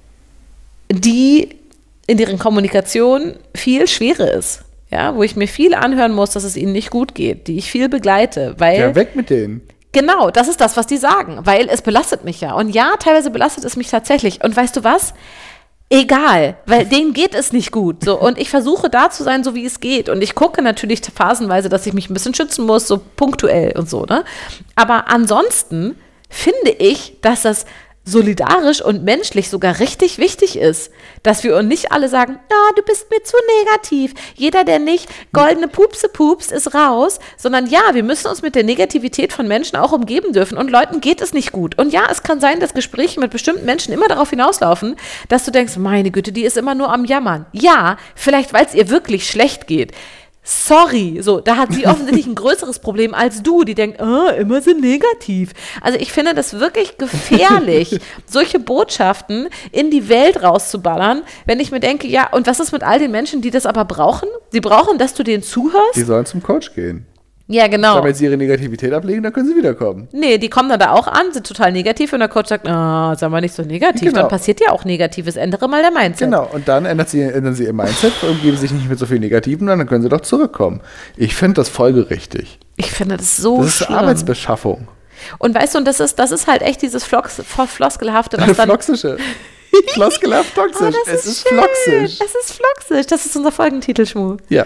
die in deren Kommunikation viel Schwere ist, ja, wo ich mir viel anhören muss, dass es ihnen nicht gut geht, die ich viel begleite, weil... Ja, weg mit denen. Genau, das ist das, was die sagen, weil es belastet mich ja. Und ja, teilweise belastet es mich tatsächlich. Und weißt du was? Egal, weil denen geht es nicht gut. So, und ich versuche da zu sein, so wie es geht. Und ich gucke natürlich phasenweise, dass ich mich ein bisschen schützen muss, so punktuell und so, ne? Aber ansonsten finde ich, dass das solidarisch und menschlich sogar richtig wichtig ist, dass wir uns nicht alle sagen, du bist mir zu negativ. Jeder, der nicht goldene Pupse pupst, ist raus, sondern ja, wir müssen uns mit der Negativität von Menschen auch umgeben dürfen und Leuten geht es nicht gut. Und ja, es kann sein, dass Gespräche mit bestimmten Menschen immer darauf hinauslaufen, dass du denkst, meine Güte, die ist immer nur am Jammern. Ja, vielleicht, weil es ihr wirklich schlecht geht. Sorry, so, da hat sie offensichtlich ein größeres Problem als du, die denkt, immer so negativ. Also ich finde das wirklich gefährlich, solche Botschaften in die Welt rauszuballern, wenn ich mir denke, ja, und was ist mit all den Menschen, die das aber brauchen? Sie brauchen, dass du denen zuhörst? Die sollen zum Coach gehen. Ja, genau. Wenn sie ihre Negativität ablegen, dann können sie wiederkommen. Nee, die kommen dann da auch an, sind total negativ und der Coach sagt, sei mal nicht so negativ, genau. Dann passiert ja auch Negatives, ändere mal der Mindset. Genau, und dann ändern sie ihr Mindset und geben sich nicht mit so viel Negativen, dann können sie doch zurückkommen. Ich finde das folgerichtig. Ich finde das so schlimm. Das ist Arbeitsbeschaffung. Und weißt du, und das ist halt echt dieses Floskelhafte, was dann... Floxische. Floskelhaft toxisch. Es ist floxisch. Es ist floxisch. Das ist unser Folgentitel, Schmu. Ja.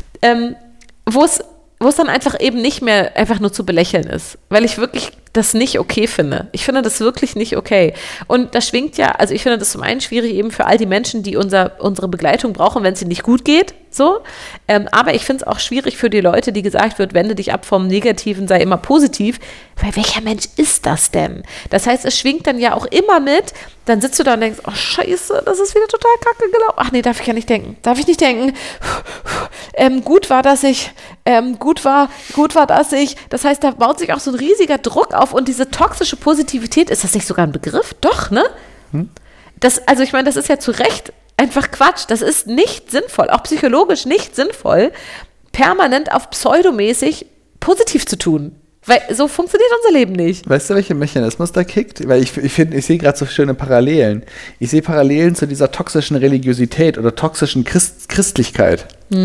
Wo es dann einfach eben nicht mehr einfach nur zu belächeln ist, weil ich wirklich das nicht okay finde. Ich finde das wirklich nicht okay. Und das schwingt ja, also ich finde das zum einen schwierig eben für all die Menschen, die unsere Begleitung brauchen, wenn es ihnen nicht gut geht, so. Aber ich finde es auch schwierig für die Leute, die gesagt wird, wende dich ab vom Negativen, sei immer positiv, weil welcher Mensch ist das denn? Das heißt, es schwingt dann ja auch immer mit, dann sitzt du da und denkst, oh scheiße, das ist wieder total kacke gelaufen. Ach nee, darf ich ja nicht denken. Darf ich nicht denken? gut war, dass ich, das heißt, da baut sich auch so ein riesiger Druck auf und diese toxische Positivität, ist das nicht sogar ein Begriff? Doch, ne? Also ich meine, das ist ja zu Recht einfach Quatsch, das ist nicht sinnvoll, auch psychologisch nicht sinnvoll, permanent auf pseudomäßig positiv zu tun. Weil so funktioniert unser Leben nicht. Weißt du, welcher Mechanismus da kickt? Weil ich sehe gerade so schöne Parallelen. Ich sehe Parallelen zu dieser toxischen Religiosität oder toxischen Christlichkeit.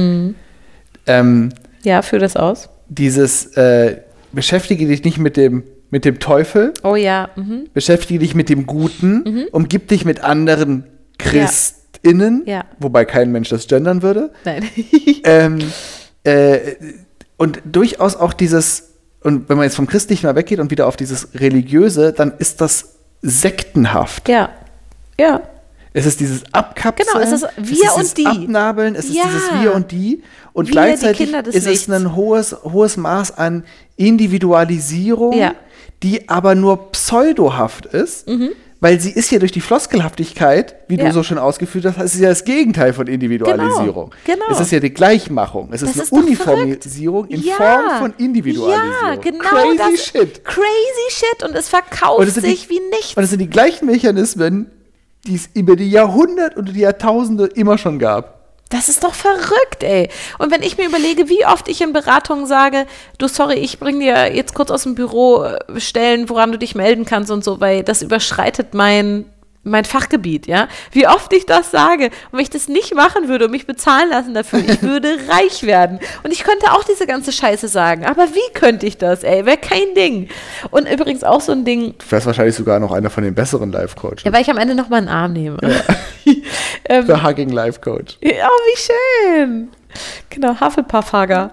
Ja, führ das aus. Dieses beschäftige dich nicht mit dem Teufel. Oh ja. Beschäftige dich mit dem Guten. Umgib dich mit anderen ChristInnen. Ja. Wobei kein Mensch das gendern würde. Nein. Und durchaus auch dieses, und wenn man jetzt vom Christlichen mal weggeht und wieder auf dieses Religiöse, dann ist das sektenhaft. Ja. Ja. Es ist dieses Abkapseln, genau, es ist wir und die. Abnabeln, es ist Ja. dieses Wir und die. Und Wir, gleichzeitig die Kinder des ist es Lichts. ein hohes Maß an Individualisierung, Ja. die aber nur pseudohaft ist, weil sie ist ja durch die Floskelhaftigkeit, wie du so schön ausgeführt hast, es ist ja das Gegenteil von Individualisierung. Genau. Es ist ja die Gleichmachung. Es ist Das eine ist doch Uniformisierung in Ja. Form von Individualisierung. Ja, genau. Crazy Shit. Crazy Shit und es verkauft Und es sind sich wie nichts. Und es sind die gleichen Mechanismen, die es über die Jahrhunderte und die Jahrtausende immer schon gab. Das ist doch verrückt, ey. Und wenn ich mir überlege, wie oft ich in Beratungen sage, du, sorry, ich bringe dir jetzt kurz aus dem Büro Stellen, woran du dich melden kannst und so, weil das überschreitet mein Fachgebiet, ja. Wie oft ich das sage. Und wenn ich das nicht machen würde und mich bezahlen lassen dafür, ich würde reich werden. Und ich könnte auch diese ganze Scheiße sagen. Aber wie könnte ich das, ey? Wäre kein Ding. Und übrigens auch so ein Ding. Du wärst wahrscheinlich sogar noch einer von den besseren Life-Coaches. Ja, weil ich am Ende noch mal einen Arm nehme. Ja. Der Hugging Life-Coach. Ja, wie schön. Genau, Hufflepuff-Hager.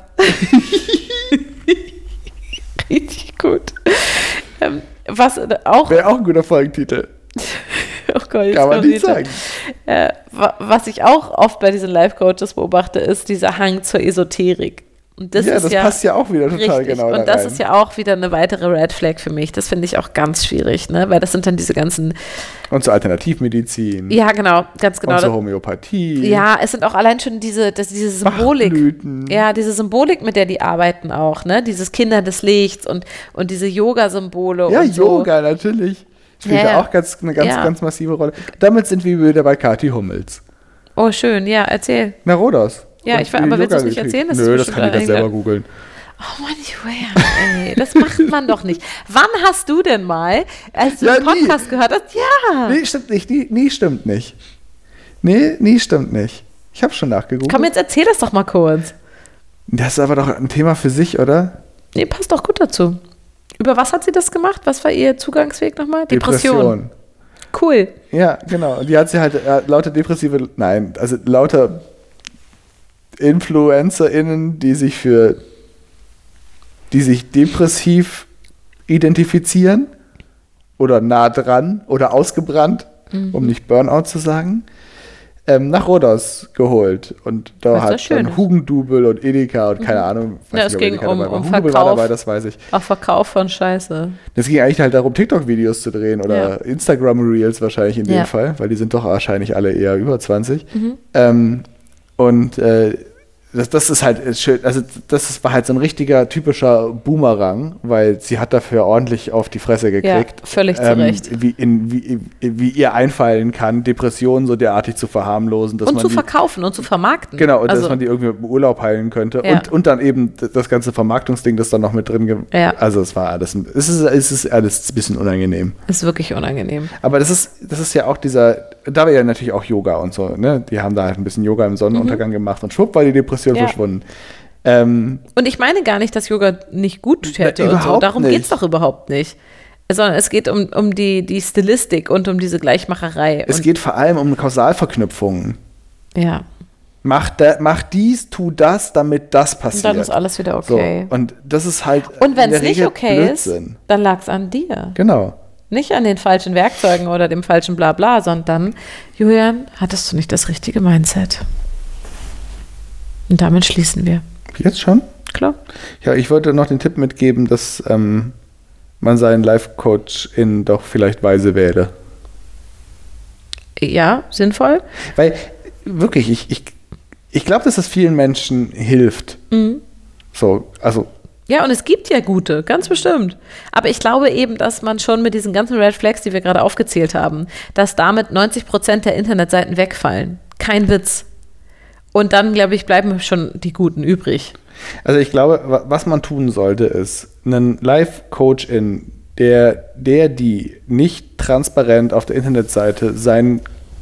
Richtig gut. Was auch... Wäre auch ein guter Folgentitel. Oh Gott, jetzt Kann man kommt nicht sagen. Was ich auch oft bei diesen Life-Coaches beobachte, ist dieser Hang zur Esoterik. Und das ist passt ja auch wieder total richtig. genau da Und das rein. ist ja auch wieder eine weitere Red Flag für mich. Das finde ich auch ganz schwierig, ne? Weil das sind dann diese ganzen... Und zur Alternativmedizin. Ja, genau, ganz genau. Und zur Homöopathie. Ja, es sind auch allein schon diese Symbolik. Bachblüten. Ja, diese Symbolik, mit der die arbeiten auch, ne? Dieses Kinder des Lichts und diese Yoga-Symbole. Ja, und so. Yoga, natürlich. Spielt Ja, da auch eine ganz massive Rolle. Damit sind wir wieder bei Kathi Hummels. Oh, schön, ja, erzähl. Na, Rhodos. Ja, aber willst du es nicht erzählen? Das Nö, ist das kann bestimmt ich das selber eigentlich- googeln. Oh Mann, Julian, ey, das macht man doch nicht. Wann hast du denn mal, als du Ja, einen Podcast gehört hast, ja. Nee, stimmt nicht. Nie stimmt nicht. Nee, stimmt nicht. Ich habe schon nachgegoogelt. Komm, jetzt erzähl das doch mal kurz. Das ist aber doch ein Thema für sich, oder? Nee, passt doch gut dazu. Über was hat sie das gemacht? Was war ihr Zugangsweg nochmal? Depression. Cool. Ja, genau. Und die hat sie halt lauter lauter InfluencerInnen, die sich depressiv identifizieren oder nah dran oder ausgebrannt, um nicht Burnout zu sagen, nach Rhodos geholt. Und da Was hat das schön dann ist. Hugendubel und Edeka und keine Ahnung, Ja, es ob ging Edeka dabei war. um Hugendubel war Verkauf. dabei, das weiß ich. Auch Verkauf von Scheiße. Es ging eigentlich halt darum, TikTok-Videos zu drehen oder Instagram-Reels wahrscheinlich in dem Ja. Fall, weil die sind doch wahrscheinlich alle eher über 20. Das ist halt schön, also war halt so ein richtiger typischer Boomerang, weil sie hat dafür ordentlich auf die Fresse gekriegt. Ja, völlig zu Recht. Wie ihr einfallen kann, Depressionen so derartig zu verharmlosen. Dass Und man zu die, verkaufen und zu vermarkten. Genau, und also, dass man die irgendwie im Urlaub heilen könnte. Ja. Und dann eben das ganze Vermarktungsding, das dann noch mit drin Ja. Also es war alles, es ist alles ein bisschen unangenehm. ist wirklich unangenehm. Aber das ist ja auch da war ja natürlich auch Yoga und so, ne? Die haben da halt ein bisschen Yoga im Sonnenuntergang gemacht und schwupp war die Depression verschwunden. Und ich meine gar nicht, dass Yoga nicht gut täte und so. Überhaupt Darum nicht. geht es doch überhaupt nicht. Sondern es geht um die Stilistik und um diese Gleichmacherei. Es geht vor allem um Kausalverknüpfungen. Ja, Mach dies, tu das, damit das und passiert. dann ist alles wieder okay. So, und das ist halt Und wenn in der es nicht Regel okay Blödsinn. ist, dann lag es an dir. Genau. Nicht an den falschen Werkzeugen oder dem falschen Blabla, sondern, Julian, hattest du nicht das richtige Mindset. Und damit schließen wir. Jetzt schon? Klar. Ja, ich wollte noch den Tipp mitgeben, dass man seinen Life-Coach doch vielleicht weise wähle. Ja, sinnvoll. Weil wirklich, Ich glaube, dass es vielen Menschen hilft. So, also. Ja, und es gibt ja gute, ganz bestimmt. Aber ich glaube eben, dass man schon mit diesen ganzen Red Flags, die wir gerade aufgezählt haben, dass damit 90% der Internetseiten wegfallen. Kein Witz. Und dann, glaube ich, bleiben schon die Guten übrig. Also ich glaube, was man tun sollte, ist, einen Life-Coach die nicht transparent auf der Internetseite seinen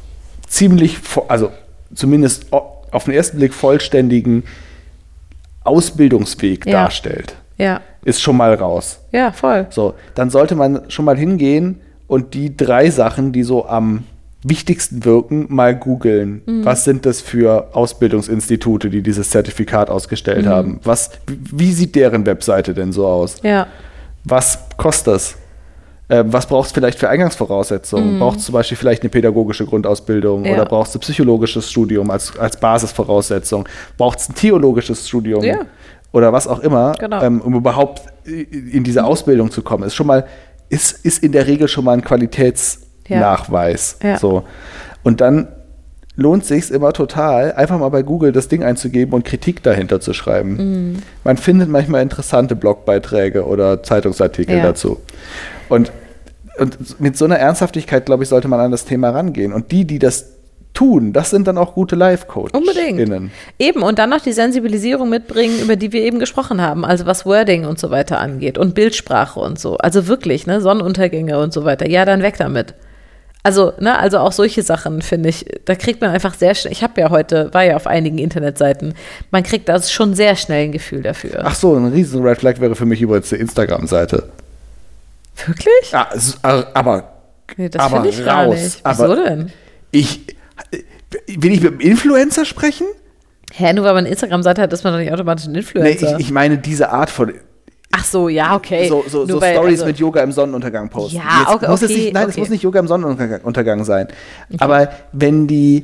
zumindest auf den ersten Blick vollständigen Ausbildungsweg darstellt, ist schon mal raus. Ja, voll. So, dann sollte man schon mal hingehen und die 3 Sachen, die so am wichtigsten wirken, mal googeln. Was sind das für Ausbildungsinstitute, die dieses Zertifikat ausgestellt haben? Wie sieht deren Webseite denn so aus? Ja. Was kostet das? Was brauchst du vielleicht für Eingangsvoraussetzungen? Brauchst du zum Beispiel vielleicht eine pädagogische Grundausbildung oder brauchst du psychologisches Studium als Basisvoraussetzung? Brauchst du ein theologisches Studium oder was auch immer, um überhaupt in diese Ausbildung zu kommen? Ist in der Regel schon mal ein Qualitätsnachweis. Ja. So. Und dann lohnt es sich immer total, einfach mal bei Google das Ding einzugeben und Kritik dahinter zu schreiben. Man findet manchmal interessante Blogbeiträge oder Zeitungsartikel dazu. Und mit so einer Ernsthaftigkeit, glaube ich, sollte man an das Thema rangehen. Und die das tun, das sind dann auch gute Life-Coaches. Unbedingt. Eben, und dann noch die Sensibilisierung mitbringen, über die wir eben gesprochen haben. Also was Wording und so weiter angeht und Bildsprache und so. Also wirklich, ne, Sonnenuntergänge und so weiter. Ja, dann weg damit. Also, ne, also auch solche Sachen, finde ich, da kriegt man einfach sehr schnell, war ja auf einigen Internetseiten, man kriegt da schon sehr schnell ein Gefühl dafür. Ach so, ein riesen Red Flag wäre für mich übrigens die Instagram-Seite. Wirklich? Ja, aber nee, das finde ich gar nicht. Wieso denn? Will ich mit einem Influencer sprechen? Hä, nur weil man eine Instagram-Seite hat, ist man doch nicht automatisch ein Influencer. Nee, ich meine diese Art von... Ach so, ja, okay. So Stories mit Yoga im Sonnenuntergang posten. Ja, es muss nicht Yoga im Sonnenuntergang sein. Okay. Aber wenn die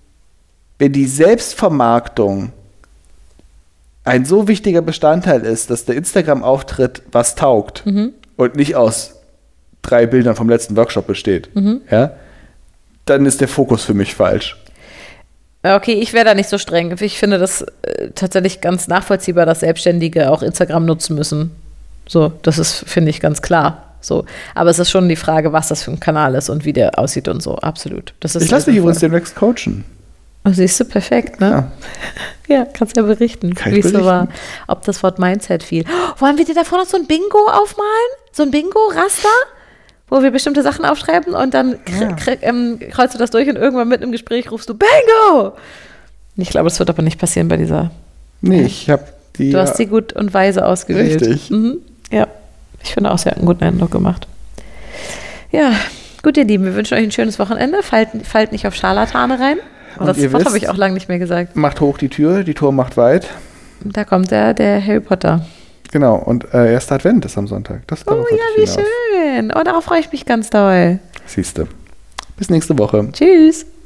Selbstvermarktung ein so wichtiger Bestandteil ist, dass der Instagram-Auftritt was taugt und nicht aus 3 Bildern vom letzten Workshop besteht, dann ist der Fokus für mich falsch. Okay, ich wäre da nicht so streng. Ich finde das tatsächlich ganz nachvollziehbar, dass Selbstständige auch Instagram nutzen müssen. So, das ist, finde ich, ganz klar. So, aber es ist schon die Frage, was das für ein Kanal ist und wie der aussieht und so. Absolut. Ich lasse dich übrigens demnächst coachen. Oh, siehst du, perfekt, ne? Ja, kannst ja berichten, wie es so war. Ob das Wort Mindset fiel. Oh, wollen wir dir davor noch so ein Bingo aufmalen? So ein Bingo-Raster? Wo wir bestimmte Sachen aufschreiben und dann kreuzt du das durch und irgendwann mitten im Gespräch rufst du Bingo! Ich glaube, das wird aber nicht passieren bei dieser. Nee, ich habe die. Du hast sie gut und weise ausgewählt. Richtig. Ja, ich finde auch, sie hat einen guten Eindruck gemacht. Ja, gut, ihr Lieben, wir wünschen euch ein schönes Wochenende. Fallt nicht auf Scharlatane rein. Und das Wort habe ich auch lange nicht mehr gesagt. Macht hoch die Tür macht weit. Da kommt der Harry Potter. Genau, und erster Advent ist am Sonntag. Oh ja, wie schön. Oh, darauf freue ich mich ganz doll. Siehste. Bis nächste Woche. Tschüss.